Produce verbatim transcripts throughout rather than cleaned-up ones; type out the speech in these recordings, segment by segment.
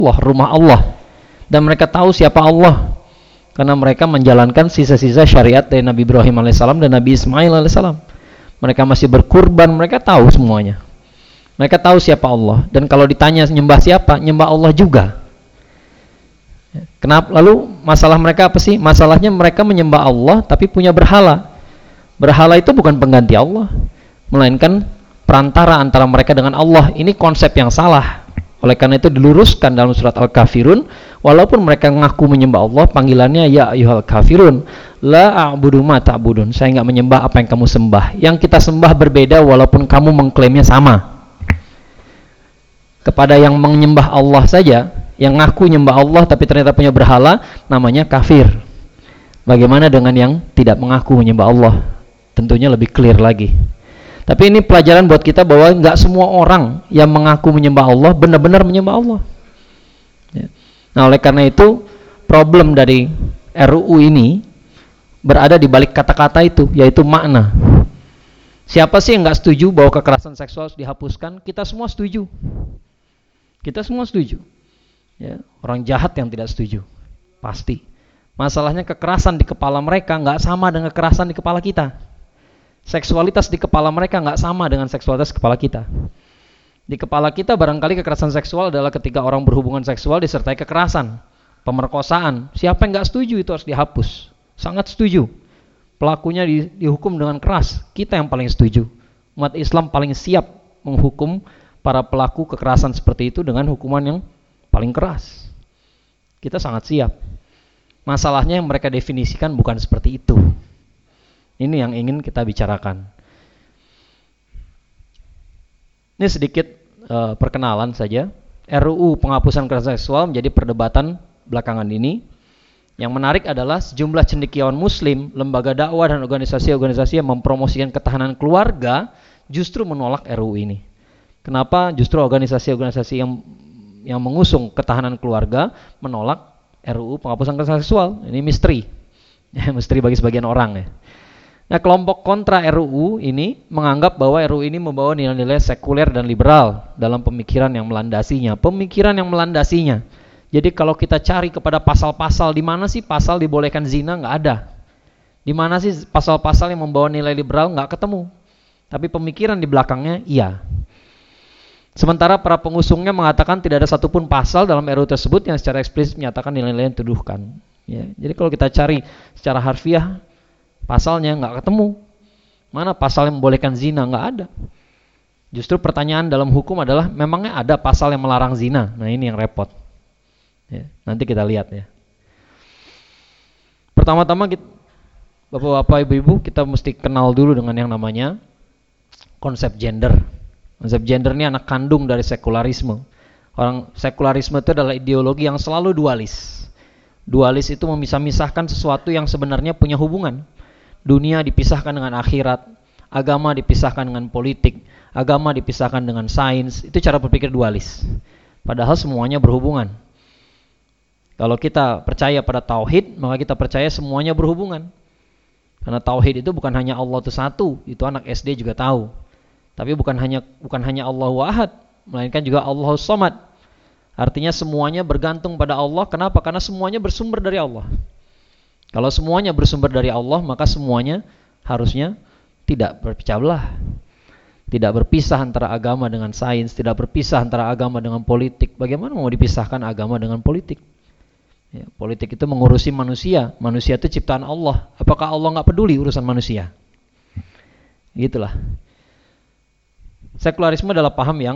Allah, rumah Allah. Dan mereka tahu siapa Allah karena mereka menjalankan sisa-sisa syariat dari Nabi Ibrahim alaihissalam dan Nabi Ismail alaihissalam. Mereka masih berkurban, mereka tahu semuanya. Mereka tahu siapa Allah. Dan kalau ditanya nyembah siapa, nyembah Allah juga. Kenapa? Lalu masalah mereka apa sih? Masalahnya mereka menyembah Allah tapi punya berhala. Berhala itu bukan pengganti Allah, melainkan perantara antara mereka dengan Allah. Ini konsep yang salah. Oleh karena itu diluruskan dalam surat Al-Kafirun, walaupun mereka mengaku menyembah Allah, panggilannya ya ayyuhal kafirun, la a'budu ma ta'budun. Saya enggak menyembah apa yang kamu sembah. Yang kita sembah berbeda walaupun kamu mengklaimnya sama. Kepada yang menyembah Allah saja, yang ngaku nyembah Allah tapi ternyata punya berhala, namanya kafir. Bagaimana dengan yang tidak mengaku menyembah Allah? Tentunya lebih clear lagi. Tapi ini pelajaran buat kita bahwa nggak semua orang yang mengaku menyembah Allah benar-benar menyembah Allah. Ya. Nah, oleh karena itu problem dari R U U ini berada di balik kata-kata itu, yaitu makna. Siapa sih yang nggak setuju bahwa kekerasan seksual harus dihapuskan? Kita semua setuju. Kita semua setuju. Ya. Orang jahat yang tidak setuju, pasti. Masalahnya kekerasan di kepala mereka nggak sama dengan kekerasan di kepala kita. Seksualitas di kepala mereka nggak sama dengan seksualitas kepala kita. Di kepala kita barangkali kekerasan seksual adalah ketika orang berhubungan seksual disertai kekerasan, pemerkosaan. Siapa yang nggak setuju itu harus dihapus? Sangat setuju. Pelakunya di, dihukum dengan keras. Kita yang paling setuju. Umat Islam paling siap menghukum para pelaku kekerasan seperti itu dengan hukuman yang paling keras. Kita sangat siap. Masalahnya yang mereka definisikan bukan seperti itu. Ini yang ingin kita bicarakan. Ini sedikit uh, perkenalan saja. R U U penghapusan kekerasan seksual menjadi perdebatan belakangan ini. Yang menarik adalah sejumlah cendekiawan muslim, lembaga dakwah dan organisasi-organisasi yang mempromosikan ketahanan keluarga justru menolak R U U ini. Kenapa justru organisasi-organisasi yang yang mengusung ketahanan keluarga menolak R U U penghapusan kekerasan seksual? Ini misteri. Misteri bagi sebagian orang ya. Nah, kelompok kontra R U U ini menganggap bahwa R U U ini membawa nilai-nilai sekuler dan liberal dalam pemikiran yang melandasinya. Pemikiran yang melandasinya. Jadi kalau kita cari kepada pasal-pasal, di mana sih pasal dibolehkan zina? Nggak ada. Di mana sih pasal-pasal yang membawa nilai liberal? Nggak ketemu. Tapi pemikiran di belakangnya, iya. Sementara para pengusungnya mengatakan tidak ada satupun pasal dalam R U U tersebut yang secara eksplisit menyatakan nilai-nilai yang dituduhkan. Ya, jadi kalau kita cari secara harfiah, pasalnya nggak ketemu. Mana pasal yang membolehkan zina? Nggak ada. Justru pertanyaan dalam hukum adalah, memangnya ada pasal yang melarang zina? Nah, ini yang repot. Ya, nanti kita lihat ya. Pertama-tama, Bapak-bapak, Ibu-ibu, kita mesti kenal dulu dengan yang namanya konsep gender. Konsep gender ini anak kandung dari sekularisme. Orang sekularisme itu adalah ideologi yang selalu dualis. Dualis itu memisah-misahkan sesuatu yang sebenarnya punya hubungan. Dunia dipisahkan dengan akhirat, agama dipisahkan dengan politik, agama dipisahkan dengan sains. Itu cara berpikir dualis. Padahal semuanya berhubungan. Kalau kita percaya pada tauhid, maka kita percaya semuanya berhubungan. Karena tauhid itu bukan hanya Allah itu satu, itu anak S D juga tahu. Tapi bukan hanya bukan hanya Allahu Ahad, melainkan juga Allahus Samad. Artinya semuanya bergantung pada Allah. Kenapa? Karena semuanya bersumber dari Allah. Kalau semuanya bersumber dari Allah, maka semuanya harusnya tidak berpecah belah. Tidak berpisah antara agama dengan sains, tidak berpisah antara agama dengan politik. Bagaimana mau dipisahkan agama dengan politik? Ya, politik itu mengurusi manusia. Manusia itu ciptaan Allah. Apakah Allah nggak peduli urusan manusia? Gitulah. Sekularisme adalah paham yang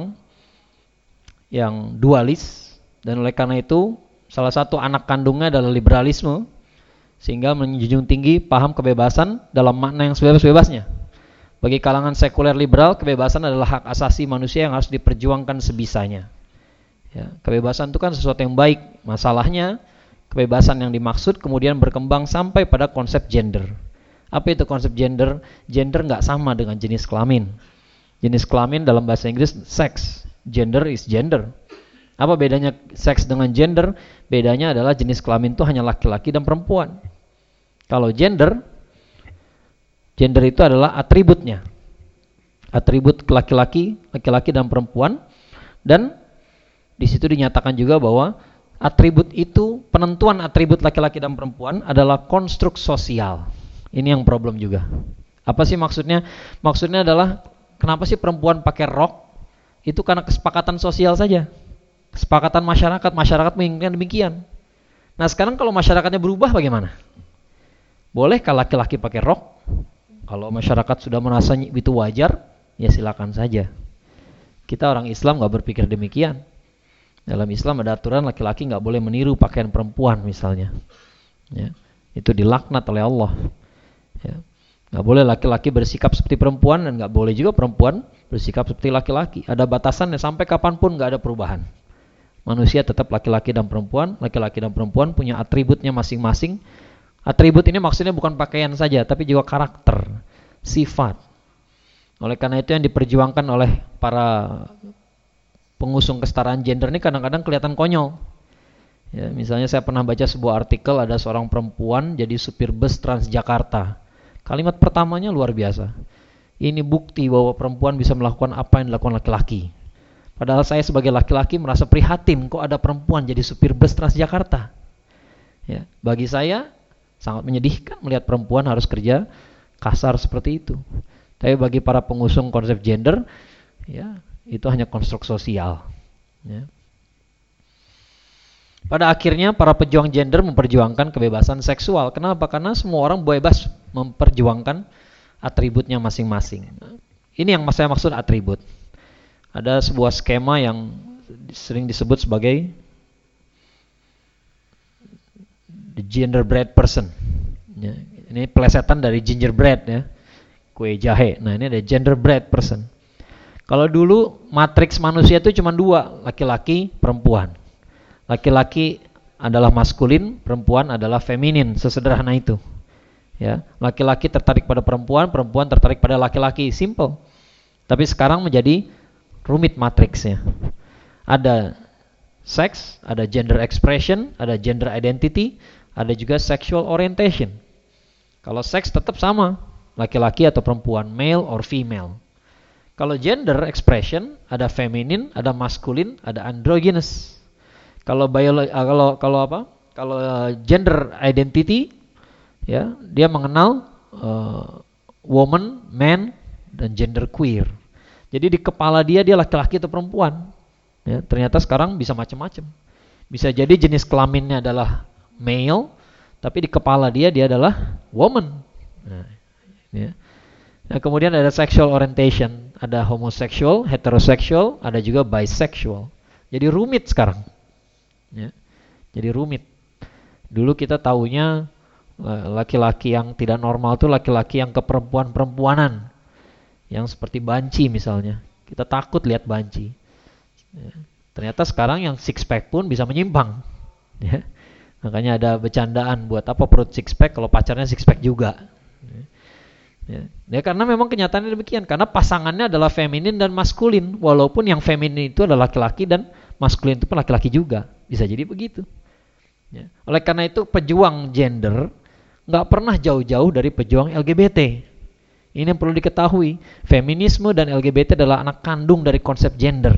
yang dualis, dan oleh karena itu salah satu anak kandungnya adalah liberalisme, sehingga menjunjung tinggi paham kebebasan dalam makna yang sebebas-bebasnya. Bagi kalangan sekuler liberal, kebebasan adalah hak asasi manusia yang harus diperjuangkan sebisanya. Ya, kebebasan itu kan sesuatu yang baik. Masalahnya kebebasan yang dimaksud kemudian berkembang sampai pada konsep gender. Apa itu konsep gender? Gender nggak sama dengan jenis kelamin. Jenis kelamin dalam bahasa Inggris sex. Gender is gender. Apa bedanya seks dengan gender? Bedanya adalah jenis kelamin itu hanya laki-laki dan perempuan. Kalau gender, gender itu adalah atributnya. Atribut laki-laki, laki-laki dan perempuan. Dan Di situ dinyatakan juga bahwa atribut itu, penentuan atribut laki-laki dan perempuan adalah konstruk sosial. Ini yang problem juga. Apa sih maksudnya? Maksudnya adalah kenapa sih perempuan pakai rok? Itu karena kesepakatan sosial saja. Kesepakatan masyarakat, masyarakat menginginkan demikian. Nah sekarang kalau masyarakatnya berubah bagaimana? Bolehkah laki-laki pakai rok? Kalau masyarakat sudah merasa itu wajar, ya silakan saja. Kita orang Islam nggak berpikir demikian. Dalam Islam ada aturan laki-laki nggak boleh meniru pakaian perempuan misalnya. Ya, itu dilaknat oleh Allah. Ya, nggak boleh laki-laki bersikap seperti perempuan dan nggak boleh juga perempuan bersikap seperti laki-laki. Ada batasannya sampai kapanpun nggak ada perubahan. Manusia tetap laki-laki dan perempuan. Laki-laki dan perempuan punya atributnya masing-masing. Atribut ini maksudnya bukan pakaian saja, tapi juga karakter, sifat. Oleh karena itu yang diperjuangkan oleh para pengusung kesetaraan gender ini kadang-kadang kelihatan konyol. Ya, misalnya saya pernah baca sebuah artikel, ada seorang perempuan jadi supir bus Transjakarta. Kalimat pertamanya luar biasa. Ini bukti bahwa perempuan bisa melakukan apa yang dilakukan laki-laki. Padahal saya sebagai laki-laki merasa prihatin kok ada perempuan jadi supir bus Transjakarta. Ya, bagi saya sangat menyedihkan melihat perempuan harus kerja kasar seperti itu. Tapi bagi para pengusung konsep gender, ya itu hanya konstruk sosial. Ya. Pada akhirnya para pejuang gender memperjuangkan kebebasan seksual. Kenapa? Karena semua orang bebas memperjuangkan atributnya masing-masing. Ini yang saya maksud atribut. Ada sebuah skema yang sering disebut sebagai the genderbread person. Ya, ini pelesetan dari gingerbread ya, kue jahe. Nah ini ada genderbread person. Kalau dulu matriks manusia itu cuma dua, laki-laki, perempuan. Laki-laki adalah maskulin, perempuan adalah feminin, sesederhana itu. Ya, laki-laki tertarik pada perempuan, perempuan tertarik pada laki-laki, simple. Tapi sekarang menjadi rumit matriksnya. Ada seks, ada gender expression, ada gender identity, ada juga sexual orientation. Kalau seks tetap sama, laki-laki atau perempuan, male or female. Kalau gender expression ada feminin, ada maskulin, ada androgynous. Kalau biologi, kalau kalau apa? Kalau gender identity, ya dia mengenal uh, woman, man, dan gender queer. Jadi di kepala dia dia laki-laki atau perempuan. Ya, ternyata sekarang bisa macam-macam. Bisa jadi jenis kelaminnya adalah male, tapi di kepala dia dia adalah woman. Nah, ya. Nah, kemudian ada sexual orientation, ada homosexual, heterosexual, ada juga bisexual. Jadi rumit sekarang. Ya. Jadi rumit. Dulu kita taunya laki-laki yang tidak normal itu laki-laki yang keperempuan-perempuanan, yang seperti banci misalnya. Kita takut lihat banci. Ya. Ternyata sekarang yang six pack pun bisa menyimpang. Ya. Makanya ada bercandaan, buat apa perut six pack kalau pacarnya six pack juga. Ya. Ya, karena memang kenyataannya demikian. Karena pasangannya adalah feminin dan maskulin. Walaupun yang feminin itu adalah laki-laki dan maskulin itu pun laki-laki juga. Bisa jadi begitu. Ya. Oleh karena itu pejuang gender nggak pernah jauh-jauh dari pejuang L G B T. Ini yang perlu diketahui. Feminisme dan L G B T adalah anak kandung dari konsep gender.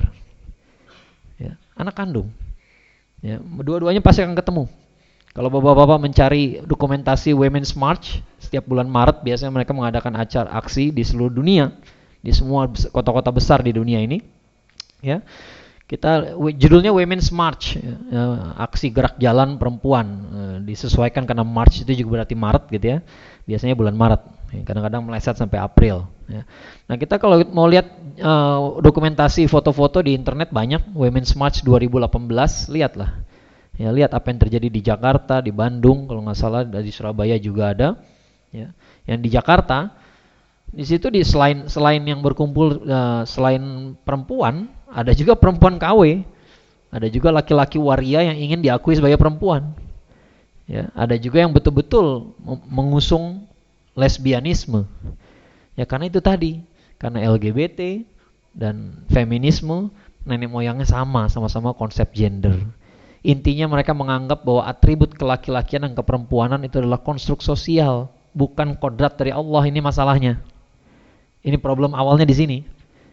Ya. Anak kandung. Ya. Dua-duanya pasti akan ketemu. Kalau bapak-bapak mencari dokumentasi Women's March, setiap bulan Maret biasanya mereka mengadakan acara aksi di seluruh dunia, di semua kota-kota besar di dunia ini. Ya, kita judulnya Women's March, ya, aksi gerak jalan perempuan, disesuaikan karena March itu juga berarti Maret gitu ya. Biasanya bulan Maret, kadang-kadang meleset sampai April. Ya. Nah kita kalau mau lihat uh, dokumentasi foto-foto di internet banyak Women's March dua ribu delapan belas, lihatlah. Ya, lihat apa yang terjadi di Jakarta, di Bandung, kalau nggak salah di Surabaya juga ada. Ya. Yang di Jakarta, di situ di selain selain yang berkumpul uh, selain perempuan, ada juga perempuan K W, ada juga laki-laki waria yang ingin diakui sebagai perempuan. Ya, ada juga yang betul-betul mengusung lesbianisme. Ya karena itu tadi, karena L G B T dan feminisme nenek moyangnya sama, sama-sama konsep gender. Intinya mereka menganggap bahwa atribut kelaki-lakian dan keperempuanan itu adalah konstruk sosial, bukan kodrat dari Allah. Ini masalahnya. Ini problem awalnya di sini.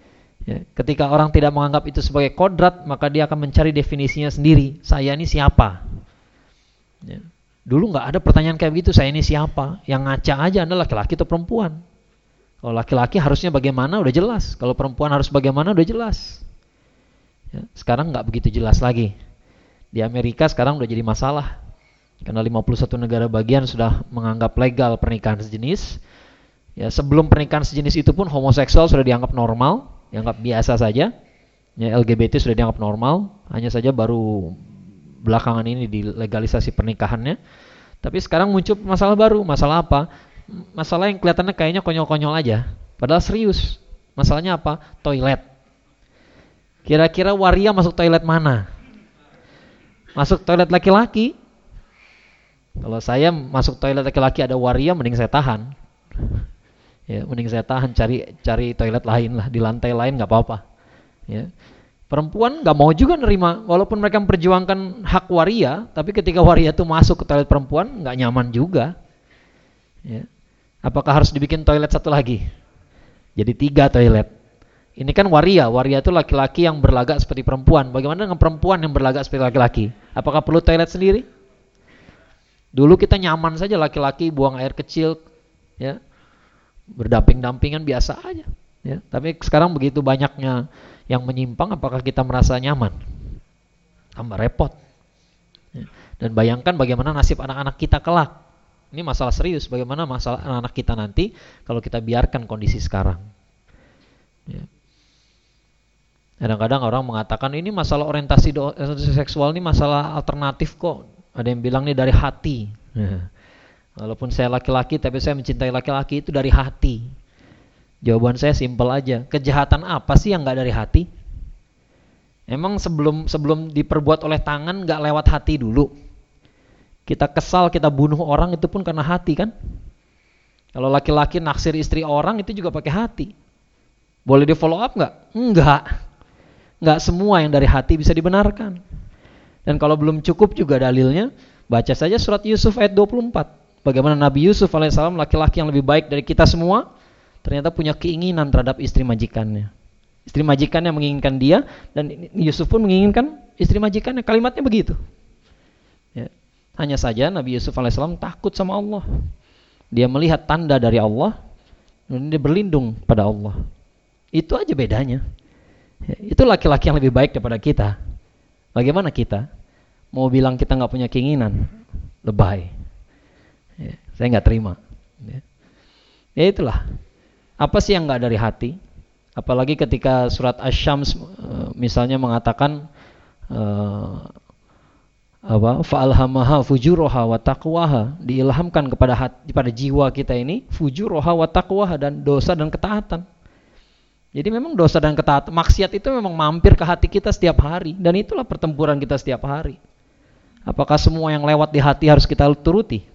Ya, ketika orang tidak menganggap itu sebagai kodrat, maka dia akan mencari definisinya sendiri. Saya ini siapa? Ya. Dulu nggak ada pertanyaan kayak begitu, saya ini siapa? Yang ngaca aja Anda laki-laki atau perempuan. Kalau laki-laki harusnya bagaimana udah jelas. Kalau perempuan harus bagaimana udah jelas. Ya, sekarang nggak begitu jelas lagi. Di Amerika sekarang udah jadi masalah. Karena lima puluh satu negara bagian sudah menganggap legal pernikahan sejenis. Ya, sebelum pernikahan sejenis itu pun homoseksual sudah dianggap normal, dianggap biasa saja. Ya, L G B T sudah dianggap normal, hanya saja baru belakangan ini dilegalisasi pernikahannya. Tapi sekarang muncul masalah baru. Masalah apa? Masalah yang kelihatannya kayaknya konyol-konyol aja, padahal serius. Masalahnya apa? Toilet. Kira-kira waria masuk toilet mana? Masuk toilet laki-laki. Kalau saya masuk toilet laki-laki ada waria, mending saya tahan. Ya, mending saya tahan, cari cari toilet lain lah, di lantai lain nggak apa-apa. Ya. Perempuan nggak mau juga nerima, walaupun mereka memperjuangkan hak waria, tapi ketika waria itu masuk ke toilet perempuan nggak nyaman juga. Ya. Apakah harus dibikin toilet satu lagi? Jadi tiga toilet. Ini kan waria, waria itu laki-laki yang berlagak seperti perempuan. Bagaimana dengan perempuan yang berlagak seperti laki-laki? Apakah perlu toilet sendiri? Dulu kita nyaman saja laki-laki buang air kecil, ya, berdamping-dampingan biasa aja. Ya. Tapi sekarang begitu banyaknya yang menyimpang, apakah kita merasa nyaman? Tambah repot. Ya. Dan bayangkan bagaimana nasib anak-anak kita kelak. Ini masalah serius, bagaimana masalah anak-anak kita nanti kalau kita biarkan kondisi sekarang. Ya. Kadang-kadang orang mengatakan ini masalah orientasi seksual ini masalah alternatif kok. Ada yang bilang ini dari hati. Ya. Walaupun saya laki-laki tapi saya mencintai laki-laki, itu dari hati. Jawaban saya simpel aja. Kejahatan apa sih yang gak dari hati? Emang sebelum sebelum diperbuat oleh tangan gak lewat hati dulu? Kita kesal, kita bunuh orang itu pun karena hati kan? Kalau laki-laki naksir istri orang itu juga pakai hati. Boleh di follow up gak? Enggak. Enggak semua yang dari hati bisa dibenarkan. Dan kalau belum cukup juga dalilnya, baca saja surat Yusuf ayat dua puluh empat. Bagaimana Nabi Yusuf alaihissalam, laki-laki yang lebih baik dari kita semua, ternyata punya keinginan terhadap istri majikannya. Istri majikannya menginginkan dia, dan Yusuf pun menginginkan istri majikannya. Kalimatnya begitu. Ya. Hanya saja Nabi Yusuf alaihissalam takut sama Allah. Dia melihat tanda dari Allah, dan dia berlindung pada Allah. Itu aja bedanya. Ya, itu laki-laki yang lebih baik daripada kita. Bagaimana kita? Mau bilang kita nggak punya keinginan? Lebay. Ya, saya nggak terima. Ya. Ya itulah. Apa sih yang nggak dari hati? Apalagi ketika surat Asy-Syams misalnya mengatakan uh, apa? Fa'alhamaha fujuraha wa taqwaha, diilhamkan kepada hati, pada jiwa kita ini fujuraha wa taqwaha, dan dosa dan ketaatan. Jadi memang dosa dan ketaatan, maksiat itu memang mampir ke hati kita setiap hari, dan itulah pertempuran kita setiap hari. Apakah semua yang lewat di hati harus kita turuti?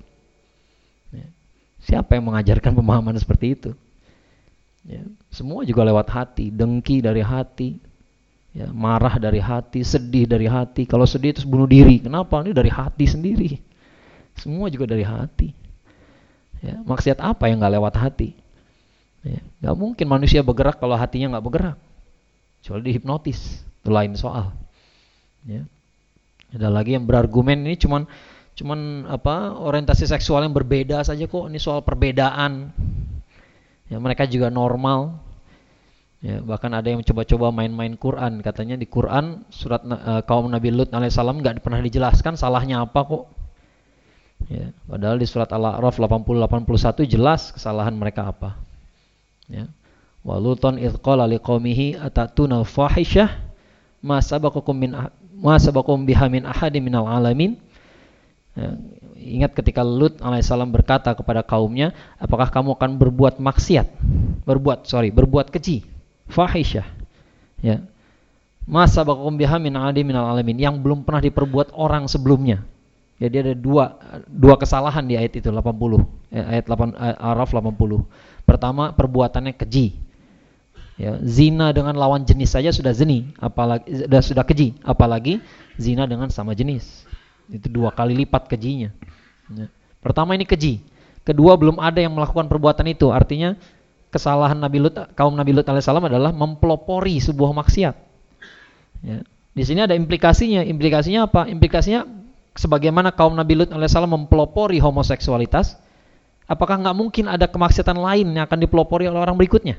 Siapa yang mengajarkan pemahaman seperti itu? Ya, semua juga lewat hati, dengki dari hati, ya, marah dari hati, sedih dari hati. Kalau sedih terus bunuh diri, kenapa? Ini dari hati sendiri. Semua juga dari hati. Ya, maksiat apa yang nggak lewat hati? Ya, nggak mungkin manusia bergerak kalau hatinya nggak bergerak, kecuali dihipnotis, itu lain soal. Ya. Ada lagi yang berargumen ini cuman cuman apa orientasi seksual yang berbeda saja kok, ini soal perbedaan. Ya, mereka juga normal. Ya, bahkan ada yang coba-coba main-main Quran, katanya di Quran surat uh, kaum Nabi Lut alaihissalam nggak pernah dijelaskan salahnya apa kok. Ya, padahal di surat Al-A'raf delapan puluh delapan puluh satu jelas kesalahan mereka apa. Ya. Wa Luton idz qala liqaumihi atatuna fahisyah ma sabaqakum min ma sabaqakum biha min ahadin minal alamin. Ya, ingat ketika Lut alaihissalam berkata kepada kaumnya, apakah kamu akan berbuat maksiat, berbuat sorry berbuat keji, fahisyah, ya, masa bakum biha min adi minal alamin, yang belum pernah diperbuat orang sebelumnya. Jadi ada dua dua kesalahan di ayat itu delapan puluh, eh, ayat delapan Araf delapan puluh. Pertama, perbuatannya keji. Ya, zina dengan lawan jenis saja sudah zini, apalagi sudah sudah keji, apalagi zina dengan sama jenis. Itu dua kali lipat kejinya. Ya. Pertama ini keji. Kedua belum ada yang melakukan perbuatan itu. Artinya kesalahan Nabi Lut, kaum Nabi Lut alaihissalam adalah mempelopori sebuah maksiat. Ya. Di sini ada implikasinya. Implikasinya apa? Implikasinya sebagaimana kaum Nabi Lut alaihissalam mempelopori homoseksualitas, apakah nggak mungkin ada kemaksiatan lain yang akan dipelopori oleh orang berikutnya?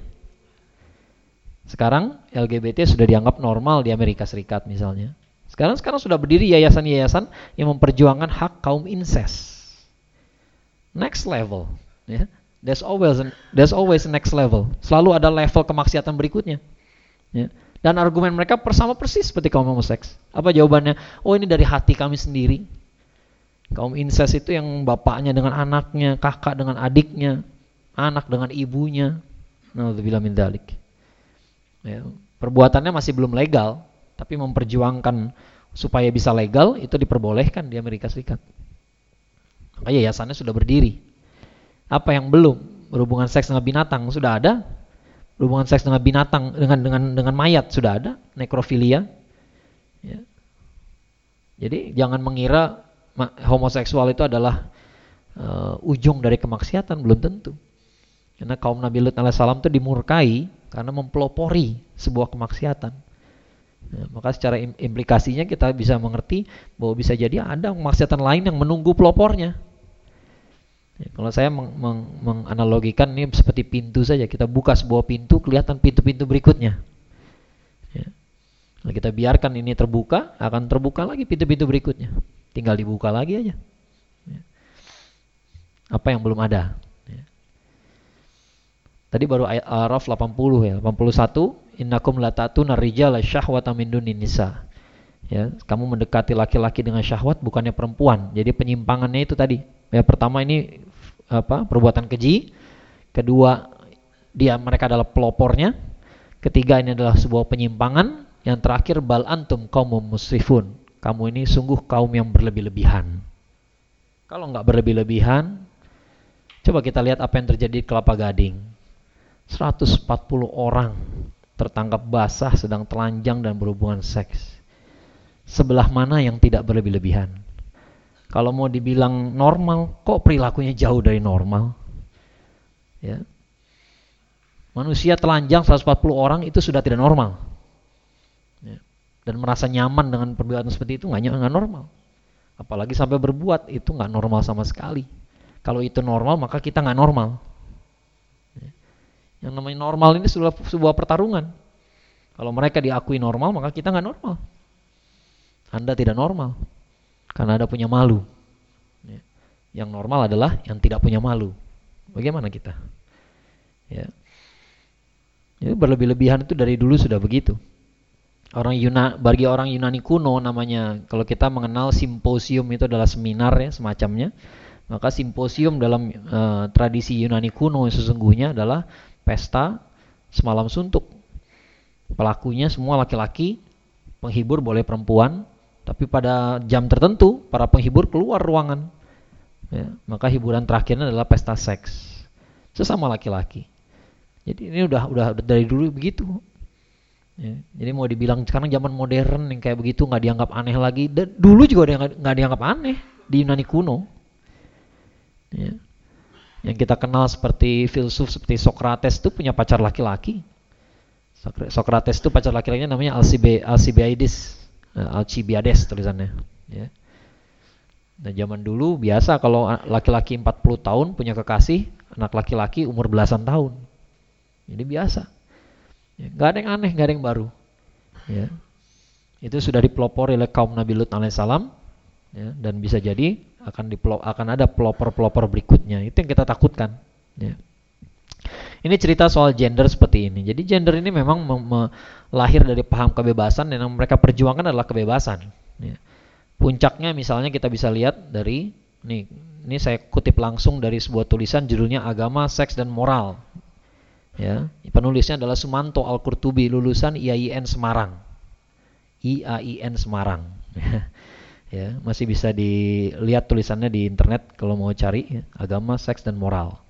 Sekarang L G B T sudah dianggap normal di Amerika Serikat misalnya. Sekarang sekarang sudah berdiri yayasan-yayasan yang memperjuangkan hak kaum incest. Next level, ya. There's always there's always next level. Selalu ada level kemaksiatan berikutnya. Ya. Dan argumen mereka bersama persis seperti kaum homoseks. Apa jawabannya? Oh, ini dari hati kami sendiri. Kaum incest itu yang bapaknya dengan anaknya, kakak dengan adiknya, anak dengan ibunya. Na'udzubillah min dzalik. Ya, perbuatannya masih belum legal, tapi memperjuangkan supaya bisa legal itu diperbolehkan di Amerika Serikat. Maka yayasannya sudah berdiri. Apa yang belum? Berhubungan seks dengan binatang sudah ada. Berhubungan seks dengan binatang dengan dengan dengan mayat sudah ada, nekrofilia. Ya. Jadi jangan mengira homoseksual itu adalah uh, ujung dari kemaksiatan, belum tentu. Karena kaum Nabi Lut alaihissalam itu dimurkai karena mempelopori sebuah kemaksiatan. Ya, maka secara implikasinya kita bisa mengerti bahwa bisa jadi ada kemaksiatan lain yang menunggu pelopornya. Ya, kalau saya meng- meng- menganalogikan ini seperti pintu saja, kita buka sebuah pintu, kelihatan pintu-pintu berikutnya. Ya. Kalau kita biarkan ini terbuka, akan terbuka lagi pintu-pintu berikutnya. Tinggal dibuka lagi aja. Ya. Apa yang belum ada? Ya. Tadi baru ayat Al-Araf delapan puluh ya, delapan puluh satu, innakum latatuna rijala syahwata min dunin nisa. Ya, kamu mendekati laki-laki dengan syahwat bukannya perempuan. Jadi penyimpangannya itu tadi. Ya, pertama ini apa? Perbuatan keji. Kedua, dia mereka adalah pelopornya. Ketiga, ini adalah sebuah penyimpangan. Yang terakhir, bal antum qaumum musrifun. Kamu ini sungguh kaum yang berlebih-lebihan. Kalau nggak berlebih-lebihan, coba kita lihat apa yang terjadi di Kelapa Gading. seratus empat puluh orang tertangkap basah sedang telanjang dan berhubungan seks. Sebelah mana yang tidak berlebih-lebihan? Kalau mau dibilang normal, kok perilakunya jauh dari normal? Ya. Manusia telanjang seratus empat puluh orang itu sudah tidak normal. Ya. Dan merasa nyaman dengan perbuatan seperti itu nggak nggak normal. Apalagi sampai berbuat, itu nggak normal sama sekali. Kalau itu normal, maka kita nggak normal. Ya. Yang namanya normal ini sudah sebuah pertarungan. Kalau mereka diakui normal, maka kita nggak normal. Anda tidak normal. Karena Anda punya malu. Ya. Yang normal adalah yang tidak punya malu. Bagaimana kita? Ya. Jadi berlebih-lebihan itu dari dulu sudah begitu. Orang Yuna, bagi orang Yunani kuno namanya, kalau kita mengenal simposium itu adalah seminar ya semacamnya, maka simposium dalam uh, tradisi Yunani kuno sesungguhnya adalah pesta semalam suntuk. Pelakunya semua laki-laki, penghibur boleh perempuan. Tapi pada jam tertentu, para penghibur keluar ruangan. Ya, maka hiburan terakhirnya adalah pesta seks. Sesama laki-laki. Jadi ini udah udah dari dulu begitu. Ya, jadi mau dibilang sekarang zaman modern yang kayak begitu nggak dianggap aneh lagi. Dan dulu juga nggak dianggap aneh di Yunani kuno. Ya. Yang kita kenal seperti filsuf seperti Socrates itu punya pacar laki-laki. Socrates itu pacar laki-lakinya namanya Alcibiades. Alcibiades tulisannya ya. Nah zaman dulu biasa kalau laki-laki empat puluh tahun punya kekasih, anak laki-laki umur belasan tahun. Jadi biasa ya, gak ada yang aneh, gak ada yang baru ya. Itu sudah dipelopori oleh kaum Nabi Lut alaihissalam ya, dan bisa jadi akan dipelop, akan ada pelopor-pelopor berikutnya. Itu yang kita takutkan ya. Ini cerita soal gender seperti ini. Jadi gender ini memang me- me- lahir dari paham kebebasan dan yang mereka perjuangkan adalah kebebasan. Ya. Puncaknya misalnya kita bisa lihat dari, nih, ini saya kutip langsung dari sebuah tulisan judulnya Agama, Seks dan Moral. Ya, penulisnya adalah Sumanto Al-Qurtubi, lulusan I A I N Semarang. I A I N Semarang. Ya, masih bisa dilihat tulisannya di internet kalau mau cari ya. Agama, Seks dan Moral.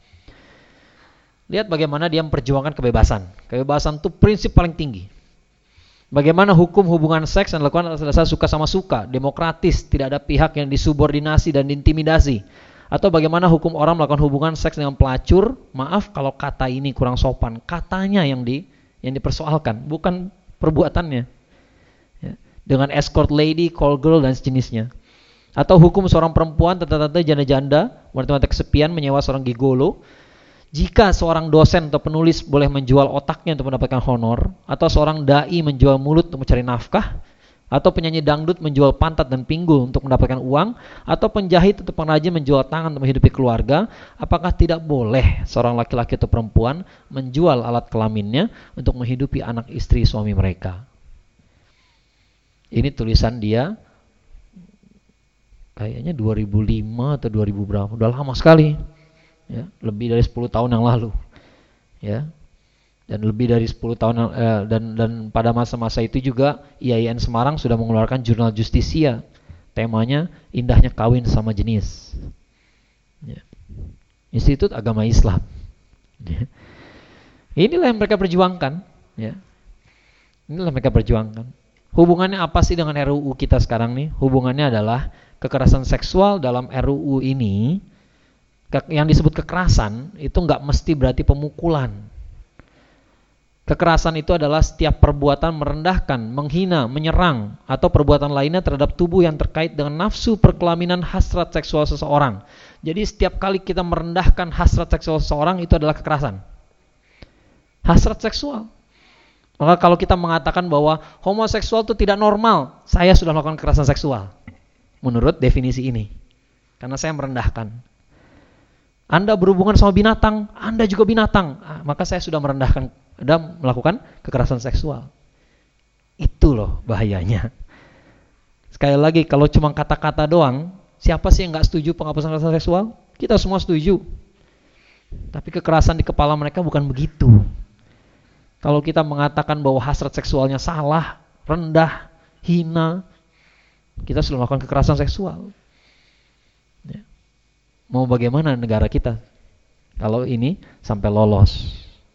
Lihat bagaimana dia memperjuangkan kebebasan. Kebebasan itu prinsip paling tinggi. Bagaimana hukum hubungan seks yang dilakukan atas dasar suka sama suka, demokratis, tidak ada pihak yang disubordinasi dan diintimidasi. Atau bagaimana hukum orang melakukan hubungan seks dengan pelacur? Maaf kalau kata ini kurang sopan, katanya yang di yang dipersoalkan, bukan perbuatannya. Ya. Dengan escort lady, call girl dan sejenisnya. Atau hukum seorang perempuan, tante-tante, janda-janda, wanita-wanita kesepian menyewa seorang gigolo. Jika seorang dosen atau penulis boleh menjual otaknya untuk mendapatkan honor, atau seorang dai menjual mulut untuk mencari nafkah, atau penyanyi dangdut menjual pantat dan pinggul untuk mendapatkan uang, atau penjahit atau pengrajin menjual tangan untuk menghidupi keluarga, apakah tidak boleh seorang laki-laki atau perempuan menjual alat kelaminnya untuk menghidupi anak istri suami mereka? Ini tulisan dia kayaknya dua ribu lima atau dua ribu berapa, udah lama sekali. Ya, lebih dari sepuluh tahun yang lalu. Ya. Dan lebih dari sepuluh tahun eh, dan dan pada masa-masa itu juga I A I N Semarang sudah mengeluarkan jurnal Justisia. Temanya indahnya kawin sama jenis. Ya. Institut Agama Islam. Ya. Inilah yang mereka perjuangkan, ya. Inilah yang mereka perjuangkan. Hubungannya apa sih dengan R U U kita sekarang nih? Hubungannya adalah kekerasan seksual dalam R U U ini. Yang disebut kekerasan itu nggak mesti berarti pemukulan. Kekerasan itu adalah setiap perbuatan merendahkan, menghina, menyerang, atau perbuatan lainnya terhadap tubuh yang terkait dengan nafsu perkelaminan hasrat seksual seseorang. Jadi setiap kali kita merendahkan hasrat seksual seseorang itu adalah kekerasan. Hasrat seksual. Maka kalau kita mengatakan bahwa homoseksual itu tidak normal, saya sudah melakukan kekerasan seksual. Menurut definisi ini. Karena saya merendahkan. Anda berhubungan sama binatang, Anda juga binatang. Ah, maka saya sudah merendahkan dan melakukan kekerasan seksual. Itu loh bahayanya. Sekali lagi, kalau cuma kata-kata doang, siapa sih yang nggak setuju penghapusan kekerasan seksual? Kita semua setuju. Tapi kekerasan di kepala mereka bukan begitu. Kalau kita mengatakan bahwa hasrat seksualnya salah, rendah, hina, kita sudah melakukan kekerasan seksual. Ya. Mau bagaimana negara kita kalau ini sampai lolos?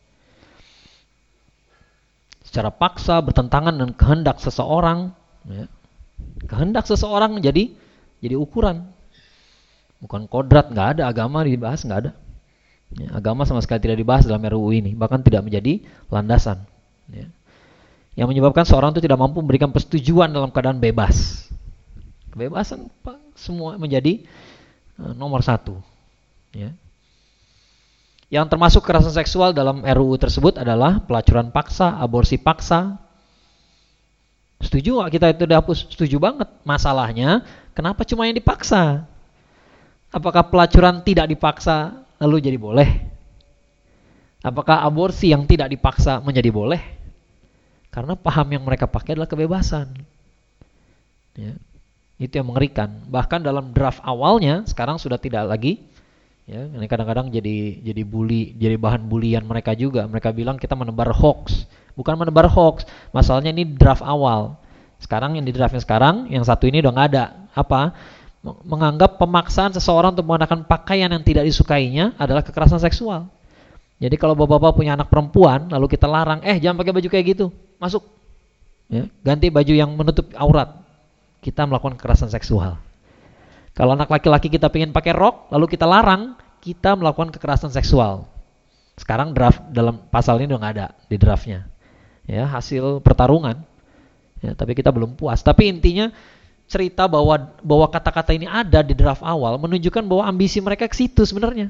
Secara paksa, bertentangan dengan kehendak seseorang, ya. Kehendak seseorang jadi jadi ukuran, bukan kodrat. Nggak ada agama dibahas, nggak ada. Ya, agama sama sekali tidak dibahas dalam R U U ini, bahkan tidak menjadi landasan. Ya. Yang menyebabkan seorang itu tidak mampu memberikan persetujuan dalam keadaan bebas. Kebebasan Pak, semua menjadi nomor satu, ya. Yang termasuk kekerasan seksual dalam R U U tersebut adalah pelacuran paksa, aborsi paksa. Setuju gak kita itu dihapus? Setuju banget. Masalahnya, kenapa cuma yang dipaksa? Apakah pelacuran tidak dipaksa lalu jadi boleh? Apakah aborsi yang tidak dipaksa menjadi boleh? Karena paham yang mereka pakai adalah kebebasan, ya. Itu yang mengerikan. Bahkan dalam draft awalnya sekarang sudah tidak lagi, ya. Ini kadang-kadang jadi jadi bully, jadi bahan bulian mereka juga. Mereka bilang kita menebar hoax. Bukan menebar hoax. Masalahnya ini draft awal. Sekarang yang di draftnya sekarang, yang satu ini udah nggak ada. Apa? Menganggap pemaksaan seseorang untuk menggunakan pakaian yang tidak disukainya adalah kekerasan seksual. Jadi kalau bapak-bapak punya anak perempuan, lalu kita larang, eh jangan pakai baju kayak gitu, masuk, ya, ganti baju yang menutup aurat. Kita melakukan kekerasan seksual. Kalau anak laki-laki kita pengen pakai rok, lalu kita larang, kita melakukan kekerasan seksual. Sekarang draft dalam pasal ini udah nggak ada di draftnya, ya, hasil pertarungan. Ya, tapi kita belum puas. Tapi intinya cerita bahwa bahwa kata-kata ini ada di draft awal menunjukkan bahwa ambisi mereka ke situ sebenarnya.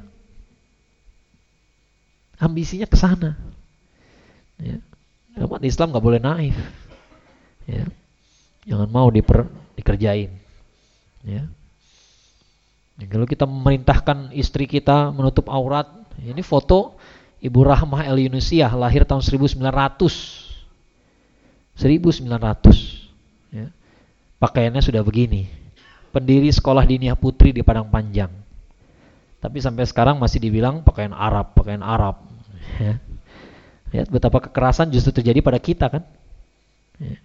Ambisinya ke sana. Ya. Umat Islam nggak boleh naif. Ya. Jangan mau diper, dikerjain, ya. Ya, kalau kita memerintahkan istri kita menutup aurat, ini foto Ibu Rahmah El Yunusiah, lahir tahun seribu sembilan ratus, ya. Pakaiannya sudah begini, pendiri sekolah diniyah putri di Padang Panjang, tapi sampai sekarang masih dibilang pakaian Arab, pakaian Arab, ya. Lihat betapa kekerasan justru terjadi pada kita, kan, ya.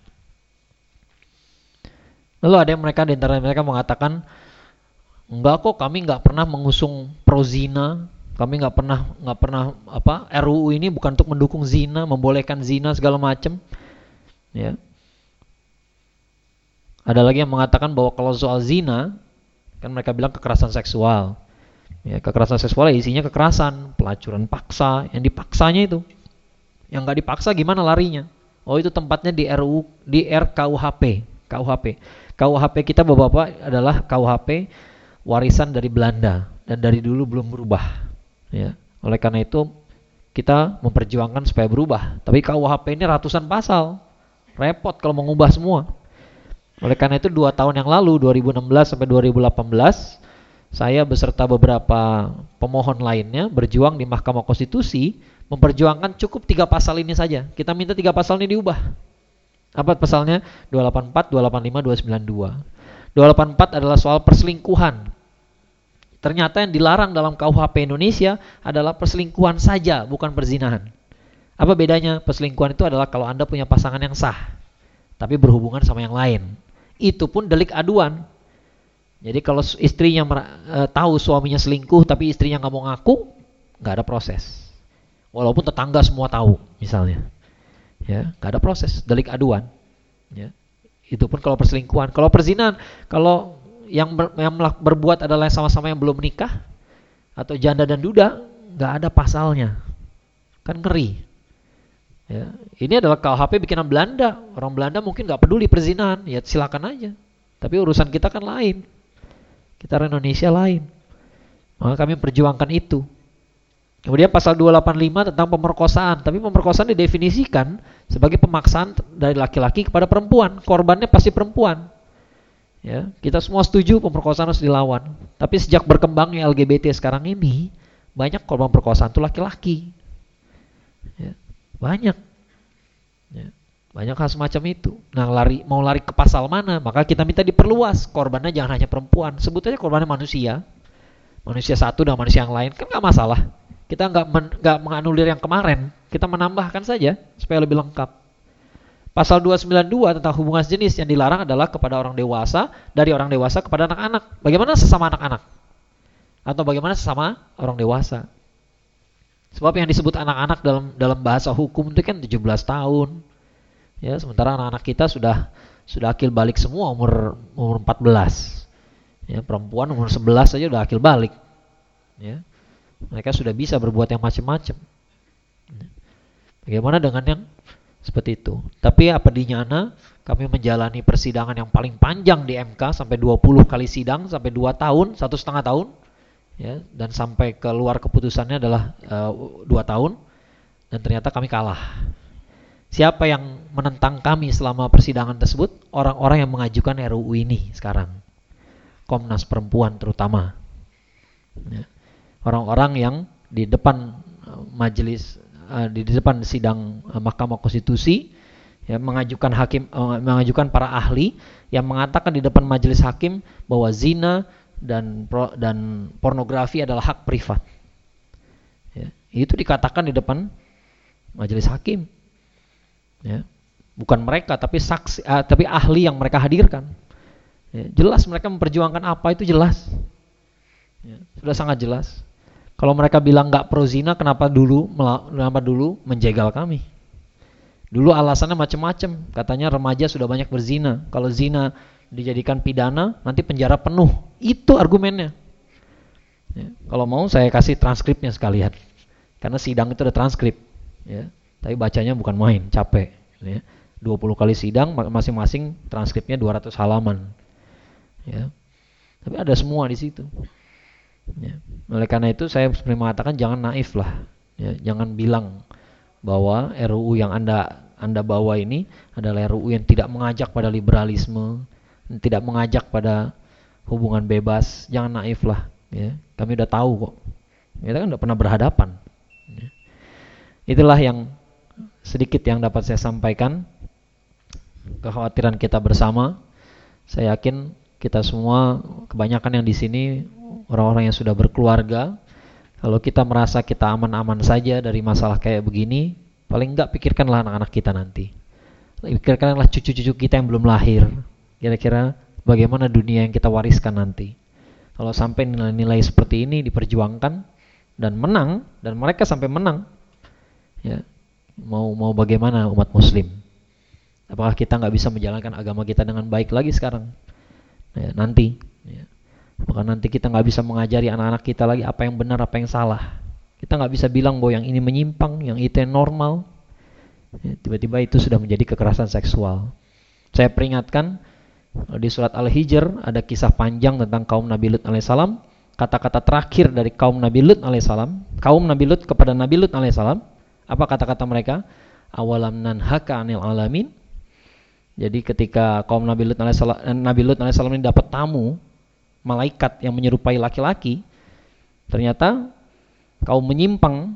Lalu ada yang mereka di antara mereka mengatakan, enggak kok, kami nggak pernah mengusung pro zina, kami nggak pernah nggak pernah apa R U U ini bukan untuk mendukung zina, membolehkan zina segala macam, ya. Ada lagi yang mengatakan bahwa kalau soal zina, kan mereka bilang kekerasan seksual, Ya, kekerasan seksual isinya kekerasan, pelacuran paksa, yang dipaksanya itu. Yang nggak dipaksa gimana larinya? Oh, itu tempatnya di R U di R K U H P. K U H P. K U H P kita Bapak-bapak adalah K U H P warisan dari Belanda dan dari dulu belum berubah. Ya. Oleh karena itu kita memperjuangkan supaya berubah. Tapi K U H P ini ratusan pasal. Repot kalau mau ngubah semua. Oleh karena itu dua tahun yang lalu, dua ribu enam belas sampai dua ribu delapan belas, saya beserta beberapa pemohon lainnya berjuang di Mahkamah Konstitusi memperjuangkan cukup tiga pasal ini saja. Kita minta tiga pasal ini diubah. Apa pasalnya? dua delapan empat, dua delapan lima, dua sembilan dua. dua delapan empat adalah soal perselingkuhan. Ternyata yang dilarang dalam K U H P Indonesia adalah perselingkuhan saja, bukan perzinahan. Apa bedanya? Perselingkuhan itu adalah kalau Anda punya pasangan yang sah, tapi berhubungan sama yang lain. Itu pun delik aduan. Jadi kalau istrinya e, tahu suaminya selingkuh, tapi istrinya nggak mau ngaku, nggak ada proses. Walaupun tetangga semua tahu, misalnya, ya, nggak ada proses, delik aduan. Ya. Itu pun kalau perselingkuhan. Kalau perzinahan, kalau yang, ber, yang berbuat adalah sama-sama yang belum menikah atau janda dan duda, nggak ada pasalnya, kan ngeri. Ya, ini adalah K U H P bikinan Belanda. Orang Belanda mungkin nggak peduli perzinahan, ya silakan aja. Tapi urusan kita kan lain. Kita orang Indonesia lain. Maka kami perjuangkan itu. Kemudian pasal dua delapan lima tentang pemerkosaan. Tapi pemerkosaan didefinisikan sebagai pemaksaan dari laki-laki kepada perempuan. Korbannya pasti perempuan. Ya, kita semua setuju pemerkosaan harus dilawan. Tapi sejak berkembangnya L G B T sekarang ini, banyak korban perkosaan itu laki-laki. Ya. Banyak, ya, banyak hal semacam itu. Nah, lari mau lari ke pasal mana? Maka kita minta diperluas. Korbannya jangan hanya perempuan. Sebut aja korbannya manusia, manusia satu dan manusia yang lain, kan nggak masalah. Kita nggak men, nggak menganulir yang kemarin. Kita menambahkan saja supaya lebih lengkap. Pasal dua sembilan dua tentang hubungan sejenis yang dilarang adalah kepada orang dewasa, dari orang dewasa kepada anak-anak. Bagaimana sesama anak-anak? Atau bagaimana sesama orang dewasa? Sebab yang disebut anak-anak dalam dalam bahasa hukum itu kan tujuh belas tahun. Ya, sementara anak-anak kita sudah sudah akil balik semua umur umur empat belas. Ya, perempuan umur sebelas saja sudah akil balik. Ya. Mereka sudah bisa berbuat yang macam-macam. Bagaimana dengan yang seperti itu? Tapi apa dinyana kami menjalani persidangan yang paling panjang di M K sampai dua puluh kali sidang sampai dua tahun, satu setengah tahun. Ya, dan sampai keluar keputusannya adalah uh, dua tahun dan ternyata kami kalah. Siapa yang menentang kami selama persidangan tersebut? Orang-orang yang mengajukan R U U ini sekarang, Komnas Perempuan terutama. Ya. Orang-orang yang di depan uh, majelis, uh, di depan sidang uh, Mahkamah Konstitusi, ya, mengajukan hakim, uh, mengajukan para ahli yang mengatakan di depan majelis hakim bahwa zina dan pro, dan pornografi adalah hak privat. Ya, itu dikatakan di depan majelis hakim. Ya, bukan mereka, tapi saksi, uh, tapi ahli yang mereka hadirkan. Ya, jelas mereka memperjuangkan apa itu jelas. Ya, sudah sangat jelas. Kalau mereka bilang nggak pro zina, kenapa dulu kenapa dulu menjegal kami? Dulu alasannya macam-macam. Katanya remaja sudah banyak berzina. Kalau zina dijadikan pidana, nanti penjara penuh. Itu argumennya. Ya, kalau mau saya kasih transkripnya sekalian. Karena sidang itu ada transkrip. Ya, tapi bacanya bukan main, capek. Ya, dua puluh kali sidang, masing-masing transkripnya dua ratus halaman. Ya, tapi ada semua di situ. Ya, oleh karena itu saya sebenarnya mengatakan jangan naif lah. Ya, jangan bilang bahwa R U U yang anda anda bawa ini adalah R U U yang tidak mengajak pada liberalisme, tidak mengajak pada hubungan bebas. Jangan naif lah. Ya, kami udah tahu kok. Kita kan udah pernah berhadapan. Ya. Itulah yang sedikit yang dapat saya sampaikan. Kekhawatiran kita bersama. Saya yakin kita semua, kebanyakan yang di sini orang-orang yang sudah berkeluarga. Kalau kita merasa kita aman-aman saja dari masalah kayak begini, paling enggak pikirkanlah anak-anak kita nanti. Pikirkanlah cucu-cucu kita yang belum lahir. Kira-kira bagaimana dunia yang kita wariskan nanti. Kalau sampai nilai-nilai seperti ini diperjuangkan dan menang, dan mereka sampai menang, ya, mau mau bagaimana umat muslim? Apakah kita nggak bisa menjalankan agama kita dengan baik lagi sekarang? Ya, nanti. Ya. Bahkan nanti kita nggak bisa mengajari anak-anak kita lagi apa yang benar, apa yang salah. Kita nggak bisa bilang bahwa yang ini menyimpang, yang itu yang normal. Ya, tiba-tiba itu sudah menjadi kekerasan seksual. Saya peringatkan, di surat Al-Hijr ada kisah panjang tentang kaum Nabi Lut alaihissalam. Kata-kata terakhir dari kaum Nabi Lut alaihissalam, kaum Nabi Lut kepada Nabi Lut alaihissalam, apa kata-kata mereka? Awalam nanhaka anil alamin. Jadi ketika kaum Nabi Lut alaihissalam, Nabi Lut alaihissalam ini dapat tamu malaikat yang menyerupai laki-laki, ternyata kaum menyimpang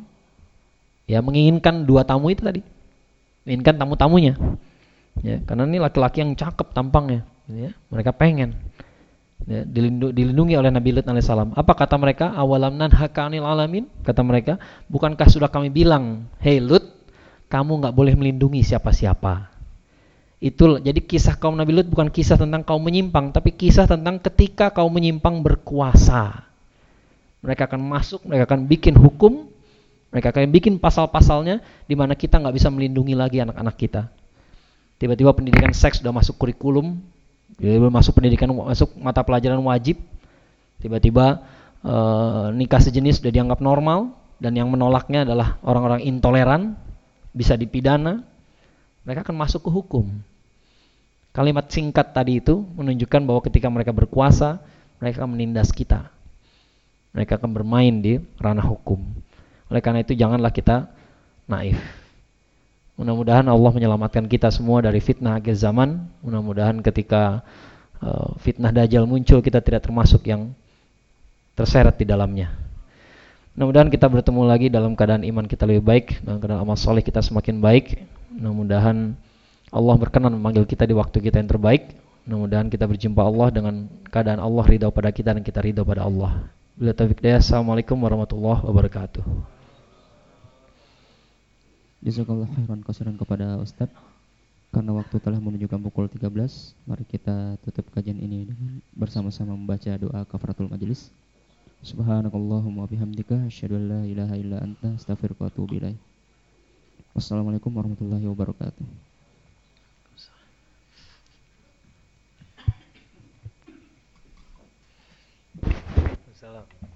ya menginginkan dua tamu itu tadi, menginginkan tamu-tamunya, ya karena ini laki-laki yang cakep tampangnya, ya, mereka pengen ya, dilindungi, dilindungi oleh Nabi Lut alaihissalam. Apa kata mereka? Awalam nanhaka anil alamin. Kata mereka, bukankah sudah kami bilang, hei Lut, kamu nggak boleh melindungi siapa-siapa. Itu jadi kisah kaum Nabi Lut bukan kisah tentang kaum menyimpang, tapi kisah tentang ketika kaum menyimpang berkuasa. Mereka akan masuk, mereka akan bikin hukum, mereka akan bikin pasal-pasalnya di mana kita nggak bisa melindungi lagi anak-anak kita. Tiba-tiba pendidikan seks sudah masuk kurikulum, tiba-tiba masuk pendidikan, masuk mata pelajaran wajib. Tiba-tiba e, nikah sejenis sudah dianggap normal, dan yang menolaknya adalah orang-orang intoleran, bisa dipidana. Mereka akan masuk ke hukum. Kalimat singkat tadi itu menunjukkan bahwa ketika mereka berkuasa, mereka akan menindas kita. Mereka akan bermain di ranah hukum. Oleh karena itu janganlah kita naif. Mudah-mudahan Allah menyelamatkan kita semua dari fitnah akhir zaman. Mudah-mudahan ketika uh, fitnah Dajjal muncul, kita tidak termasuk yang terseret di dalamnya. Mudah-mudahan kita bertemu lagi dalam keadaan iman kita lebih baik, dalam keadaan amal soleh kita semakin baik. Mudah-mudahan Allah berkenan memanggil kita di waktu kita yang terbaik. Mudah-mudahan kita berjumpa Allah dengan keadaan Allah ridha pada kita dan kita ridha pada Allah. Bila taufiq hidayah. Assalamualaikum warahmatullahi wabarakatuh. Jazakallah khairan katsiran kepada Ustaz. Karena waktu telah menunjukkan pukul tiga belas, mari kita tutup kajian ini dengan bersama-sama membaca doa kafaratul majelis. Subhanakallahumma bihamdika asyhadu an la ilaha illa anta astaghfiruka wa atubu ilaik. Wassalamualaikum warahmatullahi wabarakatuh. Salam.